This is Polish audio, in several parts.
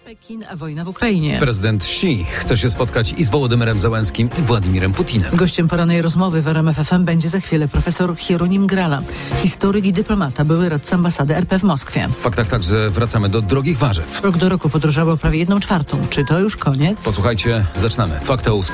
Pekin, a wojna w Ukrainie. Prezydent Xi chce się spotkać i z Wołodymyrem Zełenskim i Władimirem Putinem. Gościem porannej rozmowy w RMF FM będzie za chwilę profesor Hieronim Grala, historyk i dyplomata, były radca ambasady RP w Moskwie. W faktach także wracamy do drogich warzyw. Rok do roku podrożało prawie 1/4. Czy to już koniec? Posłuchajcie, zaczynamy. Fakty o 8.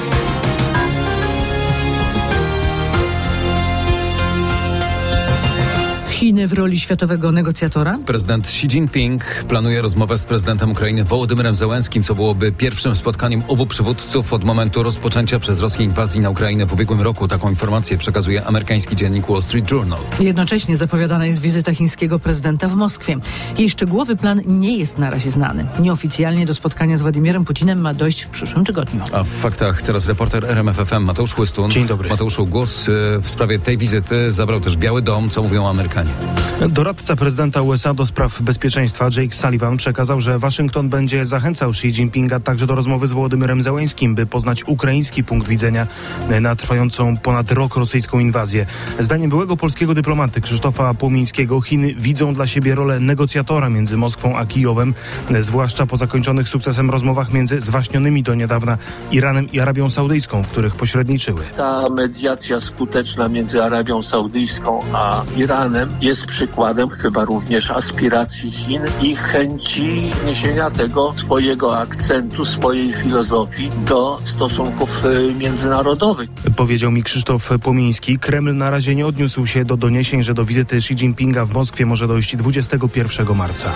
Chiny w roli światowego negocjatora? Prezydent Xi Jinping planuje rozmowę z prezydentem Ukrainy Wołodymyrem Zełenskim, co byłoby pierwszym spotkaniem obu przywódców od momentu rozpoczęcia przez Rosję inwazji na Ukrainę w ubiegłym roku. Taką informację przekazuje amerykański dziennik Wall Street Journal. Jednocześnie zapowiadana jest wizyta chińskiego prezydenta w Moskwie. Jej szczegółowy plan nie jest na razie znany. Nieoficjalnie do spotkania z Władimirem Putinem ma dojść w przyszłym tygodniu. A w faktach teraz reporter RMF FM Mateusz Chłystun. Dzień dobry. Mateuszu, głos w sprawie tej wizyty zabrał też Biały Dom. Co mówią Amerykanie? Doradca prezydenta USA do spraw bezpieczeństwa Jake Sullivan przekazał, że Waszyngton będzie zachęcał Xi Jinpinga także do rozmowy z Wołodymyrem Zełenskim, by poznać ukraiński punkt widzenia na trwającą ponad rok rosyjską inwazję. Zdaniem byłego polskiego dyplomaty Krzysztofa Płomińskiego Chiny widzą dla siebie rolę negocjatora między Moskwą a Kijowem, zwłaszcza po zakończonych sukcesem rozmowach między zwaśnionymi do niedawna Iranem i Arabią Saudyjską, w których pośredniczyły. Ta mediacja skuteczna między Arabią Saudyjską a Iranem jest przykładem chyba również aspiracji Chin i chęci wniesienia tego swojego akcentu, swojej filozofii do stosunków międzynarodowych. Powiedział mi Krzysztof Płomiński. Kreml na razie nie odniósł się do doniesień, że do wizyty Xi Jinpinga w Moskwie może dojść 21 marca.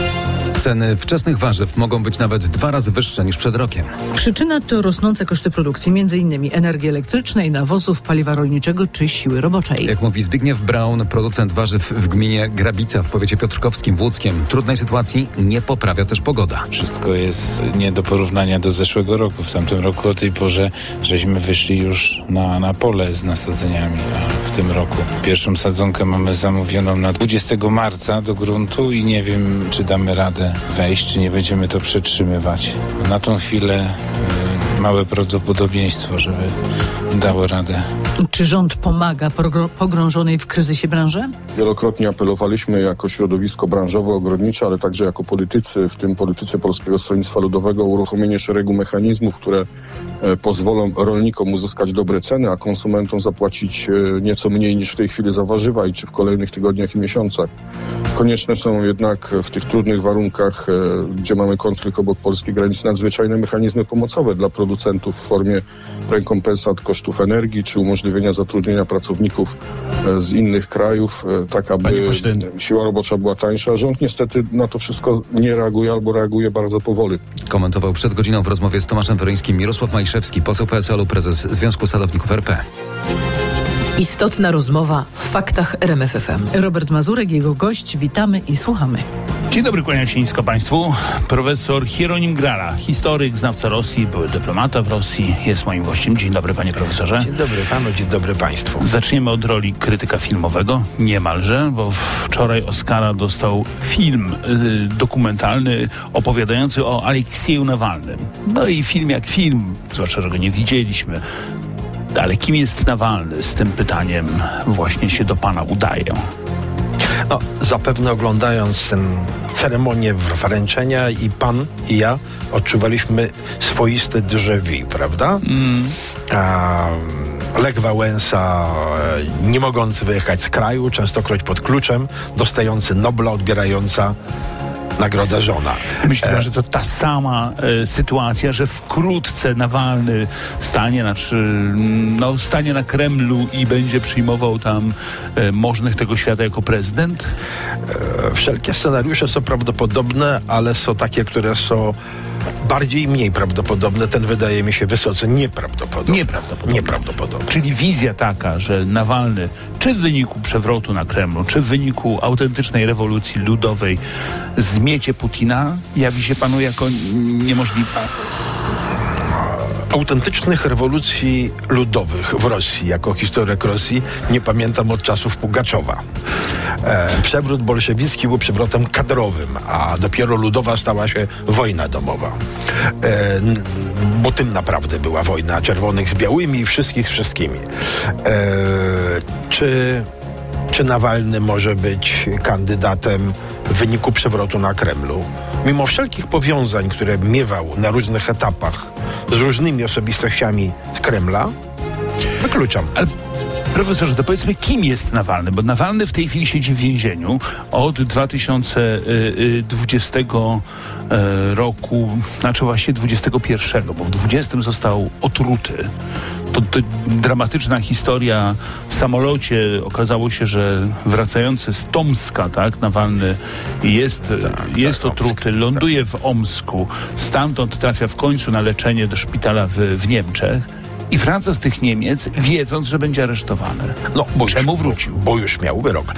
Ceny wczesnych warzyw mogą być nawet 2 razy wyższe niż przed rokiem. Przyczyna to rosnące koszty produkcji, m.in. energii elektrycznej, nawozów, paliwa rolniczego czy siły roboczej. Jak mówi Zbigniew Braun, producent warzyw w gminie Grabica w powiecie piotrkowskim w Łódzkiem, trudnej sytuacji nie poprawia też pogoda. Wszystko jest nie do porównania do zeszłego roku. W tamtym roku o tej porze żeśmy wyszli już na pole z nasadzeniami, a w tym roku pierwszą sadzonkę mamy zamówioną na 20 marca do gruntu i nie wiem, czy damy radę wejść, czy nie będziemy to przetrzymywać. Na tą chwilę małe prawdopodobieństwo, żeby dało radę. Czy rząd pomaga pogrążonej w kryzysie branży? Wielokrotnie apelowaliśmy jako środowisko branżowo-ogrodnicze, ale także jako politycy, w tym politycy Polskiego Stronnictwa Ludowego, o uruchomienie szeregu mechanizmów, które pozwolą rolnikom uzyskać dobre ceny, a konsumentom zapłacić nieco mniej niż w tej chwili za warzywa i czy w kolejnych tygodniach i miesiącach. Konieczne są jednak w tych trudnych warunkach, gdzie mamy konflikt obok polskiej granicy, nadzwyczajne mechanizmy pomocowe dla producentów w formie rekompensat kosztów energii, czy umożliwienia zatrudnienia pracowników z innych krajów, tak aby siła robocza była tańsza. Rząd niestety na to wszystko nie reaguje albo reaguje bardzo powoli. Komentował przed godziną w rozmowie z Tomaszem Weryńskim Mirosław Majszewski, poseł PSL-u, prezes Związku Sadowników RP. Istotna rozmowa w faktach RMF FM. Robert Mazurek, jego gość. Witamy i słuchamy. Dzień dobry, kłaniam się nisko Państwu. Profesor Hieronim Grala, historyk, znawca Rosji, były dyplomata w Rosji, jest moim gościem. Dzień dobry, panie profesorze. Dzień dobry panu, dzień dobry państwu. Zaczniemy od roli krytyka filmowego, niemalże, bo wczoraj Oscara dostał film dokumentalny opowiadający o Aleksieju Nawalnym. No i film jak film, zwłaszcza, że go nie widzieliśmy. Ale kim jest Nawalny? Z tym pytaniem właśnie się do pana udaję. No, zapewne oglądając tę ceremonię wręczenia i pan i ja odczuwaliśmy swoiste déjà vu, prawda? Lech Wałęsa, nie mogący wyjechać z kraju, częstokroć pod kluczem, dostający Nobla, odbierająca nagroda żona. Myślę, że to ta sama sytuacja, że wkrótce Nawalny stanie na Kremlu i będzie przyjmował tam możnych tego świata jako prezydent? Wszelkie scenariusze są prawdopodobne, ale są takie, które są bardziej i mniej prawdopodobne. Ten wydaje mi się wysoce nieprawdopodobny. Nieprawdopodobny. Czyli wizja taka, że Nawalny, czy w wyniku przewrotu na Kremlu, czy w wyniku autentycznej rewolucji ludowej zmiecie Putina, jawi się panu jako niemożliwa? Autentycznych rewolucji ludowych w Rosji, jako historyk Rosji, nie pamiętam od czasów Pugaczowa. Przewrót bolszewicki był przewrotem kadrowym, a dopiero ludowa stała się wojna domowa. Bo tym naprawdę była wojna czerwonych z białymi i wszystkimi. Czy Nawalny może być kandydatem w wyniku przewrotu na Kremlu? mimo wszelkich powiązań, które miewał na różnych etapach z różnymi osobistościami z Kremla, wykluczam. Ale profesorze, to powiedzmy, kim jest Nawalny? Bo Nawalny w tej chwili siedzi w więzieniu od 2020 roku, znaczy właśnie 21, bo w 20 został otruty. To dramatyczna historia w samolocie. Okazało się, że wracający z Tomska, tak, Nawalny jest otruty, ląduje w Omsku, stamtąd trafia w końcu na leczenie do szpitala w Niemczech i wraca z tych Niemiec, wiedząc, że będzie aresztowany. No, czemu wrócił? Bo już miał wyrok.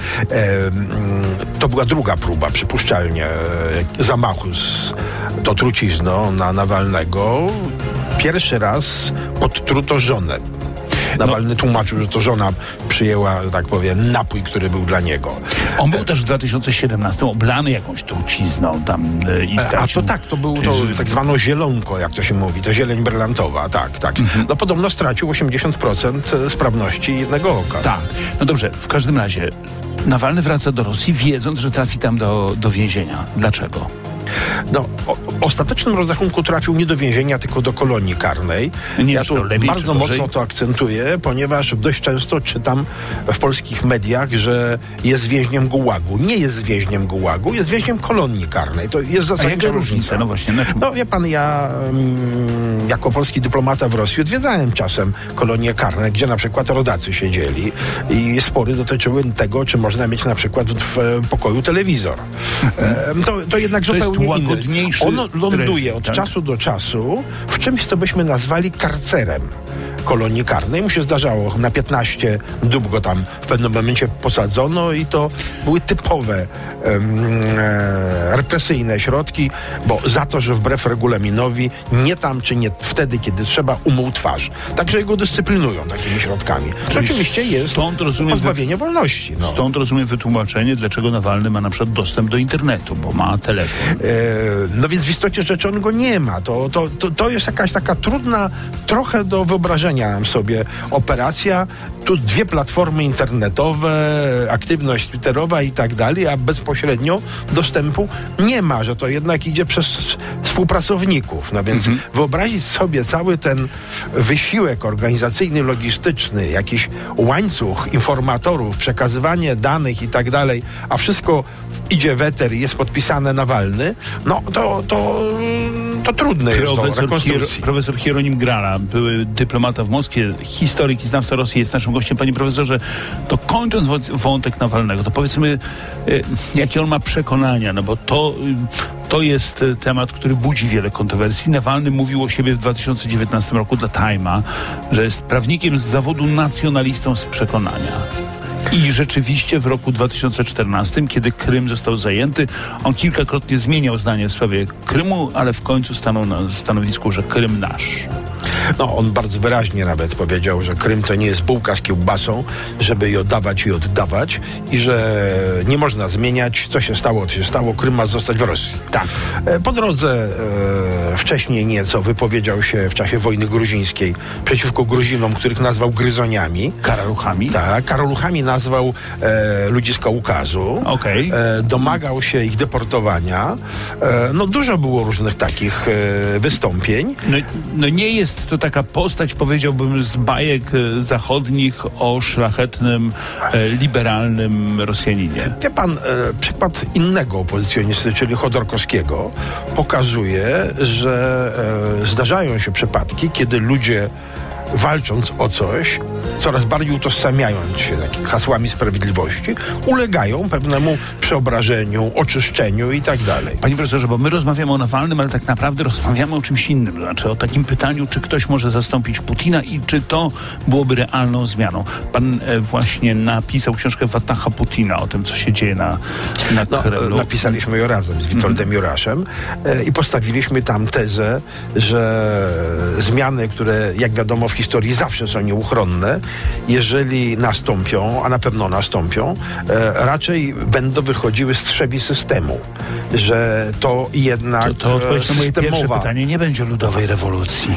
To była druga próba, przypuszczalnie, zamachu do trucizną na Nawalnego. Pierwszy raz podtruto żonę. Nawalny tłumaczył, że to żona przyjęła, że tak powiem, napój, który był dla niego. On był też w 2017 oblany jakąś trucizną tam i stracił. To był to tak zwane zielonko, jak to się mówi, to zieleń brylantowa, tak. No podobno stracił 80% sprawności jednego oka. Tak, no dobrze, w każdym razie Nawalny wraca do Rosji, wiedząc, że trafi tam do więzienia. Dlaczego? No, ostatecznym rozrachunku trafił nie do więzienia, tylko do kolonii karnej. Ja tu bardzo mocno to akcentuję, ponieważ dość często czytam w polskich mediach, że jest więźniem gułagu. Nie jest więźniem gułagu, jest więźniem kolonii karnej. To jest zasadnicza różnica. No właśnie, no wie pan, ja jako polski dyplomata w Rosji odwiedzałem czasem kolonie karne, gdzie na przykład rodacy siedzieli i spory dotyczyły tego, czy można mieć na przykład w pokoju telewizor. To jednak zupełnie inny. On ląduje od czasu do czasu w czymś, co byśmy nazwali karcerem kolonii karnej. Mu się zdarzało, na 15 dób go tam w pewnym momencie posadzono i to były typowe represyjne środki, bo za to, że wbrew regulaminowi nie tam, czy nie wtedy, kiedy trzeba, umył twarz. Także go dyscyplinują takimi środkami. To oczywiście jest pozbawienie wolności. No. Stąd rozumiem wytłumaczenie, dlaczego Nawalny ma na przykład dostęp do internetu, bo ma telefon. No więc w istocie rzeczy on go nie ma. To jest jakaś taka trudna trochę do wyobrażenia sobie operacja. Tu 2 platformy internetowe, aktywność twitterowa i tak dalej, a bezpośrednio dostępu nie ma, że to jednak idzie przez współpracowników. No więc wyobrazić sobie cały ten wysiłek organizacyjny, logistyczny, jakiś łańcuch informatorów, przekazywanie danych i tak dalej, a wszystko idzie w eter i jest podpisane Nawalny, no to trudne jest do rekonstrukcji. Profesor Hieronim Grala, były dyplomata w Moskwie, historyk i znawca Rosji, jest naszym gościem. Panie profesorze, to kończąc wątek Nawalnego, to powiedzmy, jakie on ma przekonania, no bo to jest temat, który budzi wiele kontrowersji. Nawalny mówił o siebie w 2019 roku dla Time'a, że jest prawnikiem z zawodu, nacjonalistą z przekonania. I rzeczywiście w roku 2014, kiedy Krym został zajęty, on kilkakrotnie zmieniał zdanie w sprawie Krymu, ale w końcu stanął na stanowisku, że Krym nasz. No, on bardzo wyraźnie nawet powiedział, że Krym to nie jest bułka z kiełbasą, żeby ją dawać i oddawać i że nie można zmieniać, co się stało, Krym ma zostać w Rosji. Tak. Po drodze wcześniej nieco wypowiedział się w czasie wojny gruzińskiej przeciwko Gruzinom, których nazwał gryzoniami. Karaluchami? Tak, karaluchami nazwał ludzi z Kaukazu. Okay. Domagał się ich deportowania. No dużo było różnych takich wystąpień. No nie jest to taka postać, powiedziałbym, z bajek zachodnich o szlachetnym, liberalnym Rosjaninie. Wie pan, przykład innego opozycjonisty, czyli Chodorkowskiego, pokazuje, że zdarzają się przypadki, kiedy ludzie, walcząc o coś, coraz bardziej utożsamiając się takimi hasłami sprawiedliwości, ulegają pewnemu przeobrażeniu, oczyszczeniu i tak dalej. Panie profesorze, bo my rozmawiamy o Nawalnym, ale tak naprawdę rozmawiamy o czymś innym. Znaczy o takim pytaniu, czy ktoś może zastąpić Putina i czy to byłoby realną zmianą. Pan właśnie napisał książkę Wataha Putina o tym, co się dzieje na Kremlu. Napisaliśmy ją razem z Witoldem Juraszem i postawiliśmy tam tezę, że zmiany, które jak wiadomo w historii zawsze są nieuchronne, jeżeli nastąpią, a na pewno nastąpią, raczej będą wychodziły z trzewi systemu. Że to jednak to odpowiedź na moje pierwsze pytanie, nie będzie ludowej rewolucji.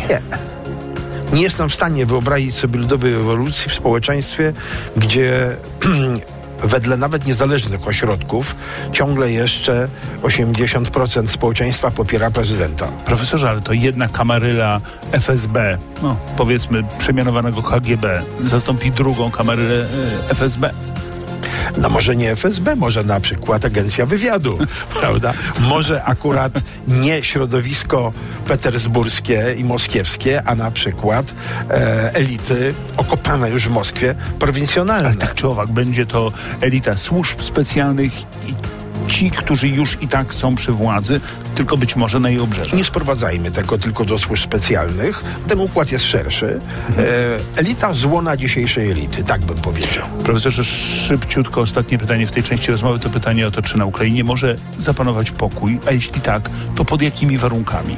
Nie jestem w stanie wyobrazić sobie ludowej rewolucji w społeczeństwie, gdzie wedle nawet niezależnych ośrodków ciągle jeszcze 80% społeczeństwa popiera prezydenta. Profesorze, ale to jedna kamaryla FSB, no powiedzmy przemianowanego KGB, zastąpi drugą kamarylę FSB. No może nie FSB, może na przykład Agencja Wywiadu, prawda? Może akurat nie środowisko petersburskie i moskiewskie, a na przykład elity okopane już w Moskwie, prowincjonalne. Ale tak czy owak, będzie to elita służb specjalnych i ci, którzy już i tak są przy władzy, tylko być może na jej obrzeżach. Nie sprowadzajmy tego tylko do służb specjalnych. Ten układ jest szerszy. Elita złona dzisiejszej elity, tak bym powiedział. Profesorze, szybciutko ostatnie pytanie w tej części rozmowy to pytanie o to, czy na Ukrainie może zapanować pokój, a jeśli tak, to pod jakimi warunkami?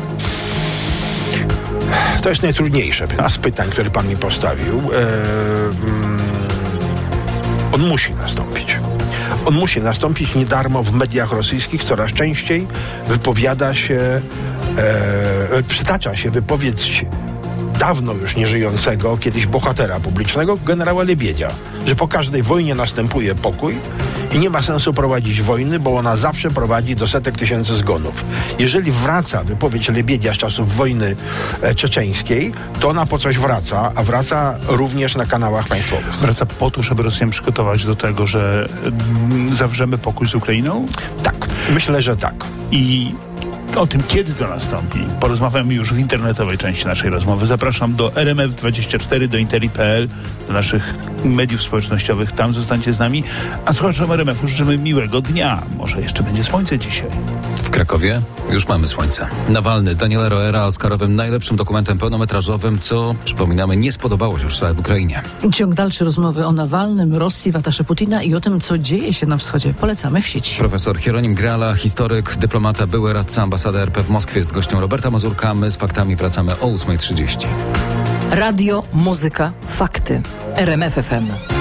To jest najtrudniejsze z pytań, które pan mi postawił. On musi nastąpić. On musi nastąpić. Nie darmo w mediach rosyjskich coraz częściej wypowiada się, przytacza się wypowiedź dawno już nieżyjącego, kiedyś bohatera publicznego, generała Lebiedzia, że po każdej wojnie następuje pokój i nie ma sensu prowadzić wojny, bo ona zawsze prowadzi do setek tysięcy zgonów. Jeżeli wraca wypowiedź Lebiedzia z czasów wojny czeczeńskiej, to ona po coś wraca, a wraca również na kanałach państwowych. Wraca po to, żeby Rosjan przygotować do tego, że zawrzemy pokój z Ukrainą? Tak, myślę, że tak. I o tym, kiedy to nastąpi, porozmawiamy już w internetowej części naszej rozmowy. Zapraszam do RMF24, do Interi.pl, do naszych mediów społecznościowych. Tam zostańcie z nami. A słuchaczom RMF-u życzymy miłego dnia. Może jeszcze będzie słońce dzisiaj. W Krakowie już mamy słońce. Nawalny, Daniela Roera Oscarowym najlepszym dokumentem pełnometrażowym, co, przypominamy, nie spodobało się wczoraj w Ukrainie. Ciąg dalszy rozmowy o Nawalnym, Rosji, Watasze Putina i o tym, co dzieje się na wschodzie. Polecamy w sieci. Profesor Hieronim Grala, historyk, dyplomata, były radca ambasady RP w Moskwie, jest gościem Roberta Mazurka. My z faktami wracamy o 8:30. Radio, muzyka, fakty. RMF FM.